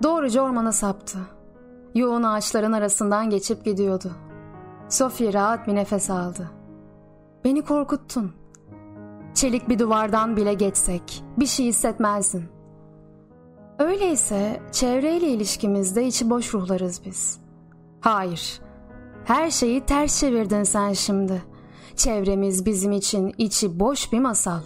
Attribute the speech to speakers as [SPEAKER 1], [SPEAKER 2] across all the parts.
[SPEAKER 1] Doğruca ormana saptı. Yoğun ağaçların arasından geçip gidiyordu. Sophie rahat bir nefes aldı. Beni korkuttun. Çelik bir duvardan bile geçsek bir şey hissetmezdin. Öyleyse çevreyle ilişkimizde içi boş ruhlarız biz. Hayır, her şeyi ters çevirdin sen şimdi. Çevremiz bizim için içi boş bir masal.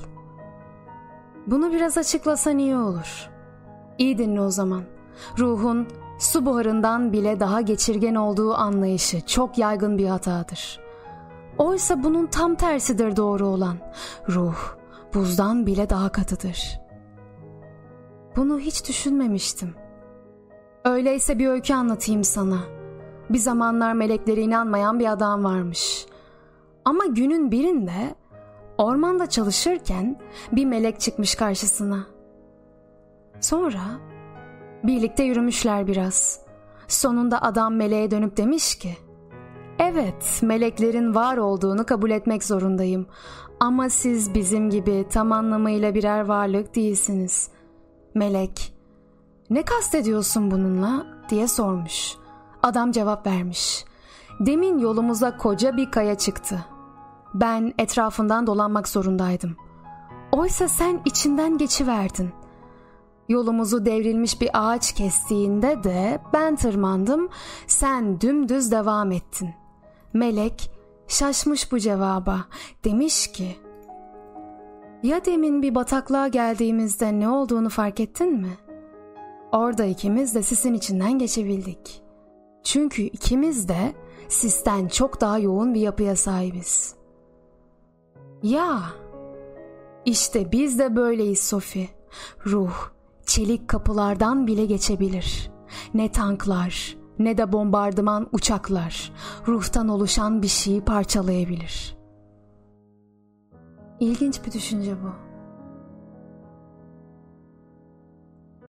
[SPEAKER 1] Bunu biraz açıklasan iyi olur. İyi dinle o zaman. Ruhun su buharından bile daha geçirgen olduğu anlayışı çok yaygın bir hatadır. Oysa bunun tam tersidir doğru olan. Ruh buzdan bile daha katıdır. Bunu hiç düşünmemiştim. Öyleyse bir öykü anlatayım sana. Bir zamanlar meleklere inanmayan bir adam varmış. Ama günün birinde ormanda çalışırken bir melek çıkmış karşısına. Sonra birlikte yürümüşler biraz. Sonunda adam meleğe dönüp demiş ki, "Evet, meleklerin var olduğunu kabul etmek zorundayım. Ama siz bizim gibi tam anlamıyla birer varlık değilsiniz." Melek, "Ne kastediyorsun bununla?" diye sormuş. Adam cevap vermiş. "Demin yolumuza koca bir kaya çıktı. Ben etrafından dolanmak zorundaydım. Oysa sen içinden geçiverdin. Yolumuzu devrilmiş bir ağaç kestiğinde de ben tırmandım, sen dümdüz devam ettin." Melek şaşmış bu cevaba. Demiş ki, "Ya demin bir bataklığa geldiğimizde ne olduğunu fark ettin mi? Orada ikimiz de sisin içinden geçebildik. Çünkü ikimiz de sisten çok daha yoğun bir yapıya sahibiz." Ya, işte biz de böyleyiz Sophie. Ruh çelik kapılardan bile geçebilir. Ne tanklar ne de bombardıman uçaklar ruhtan oluşan bir şeyi parçalayabilir. İlginç bir düşünce bu.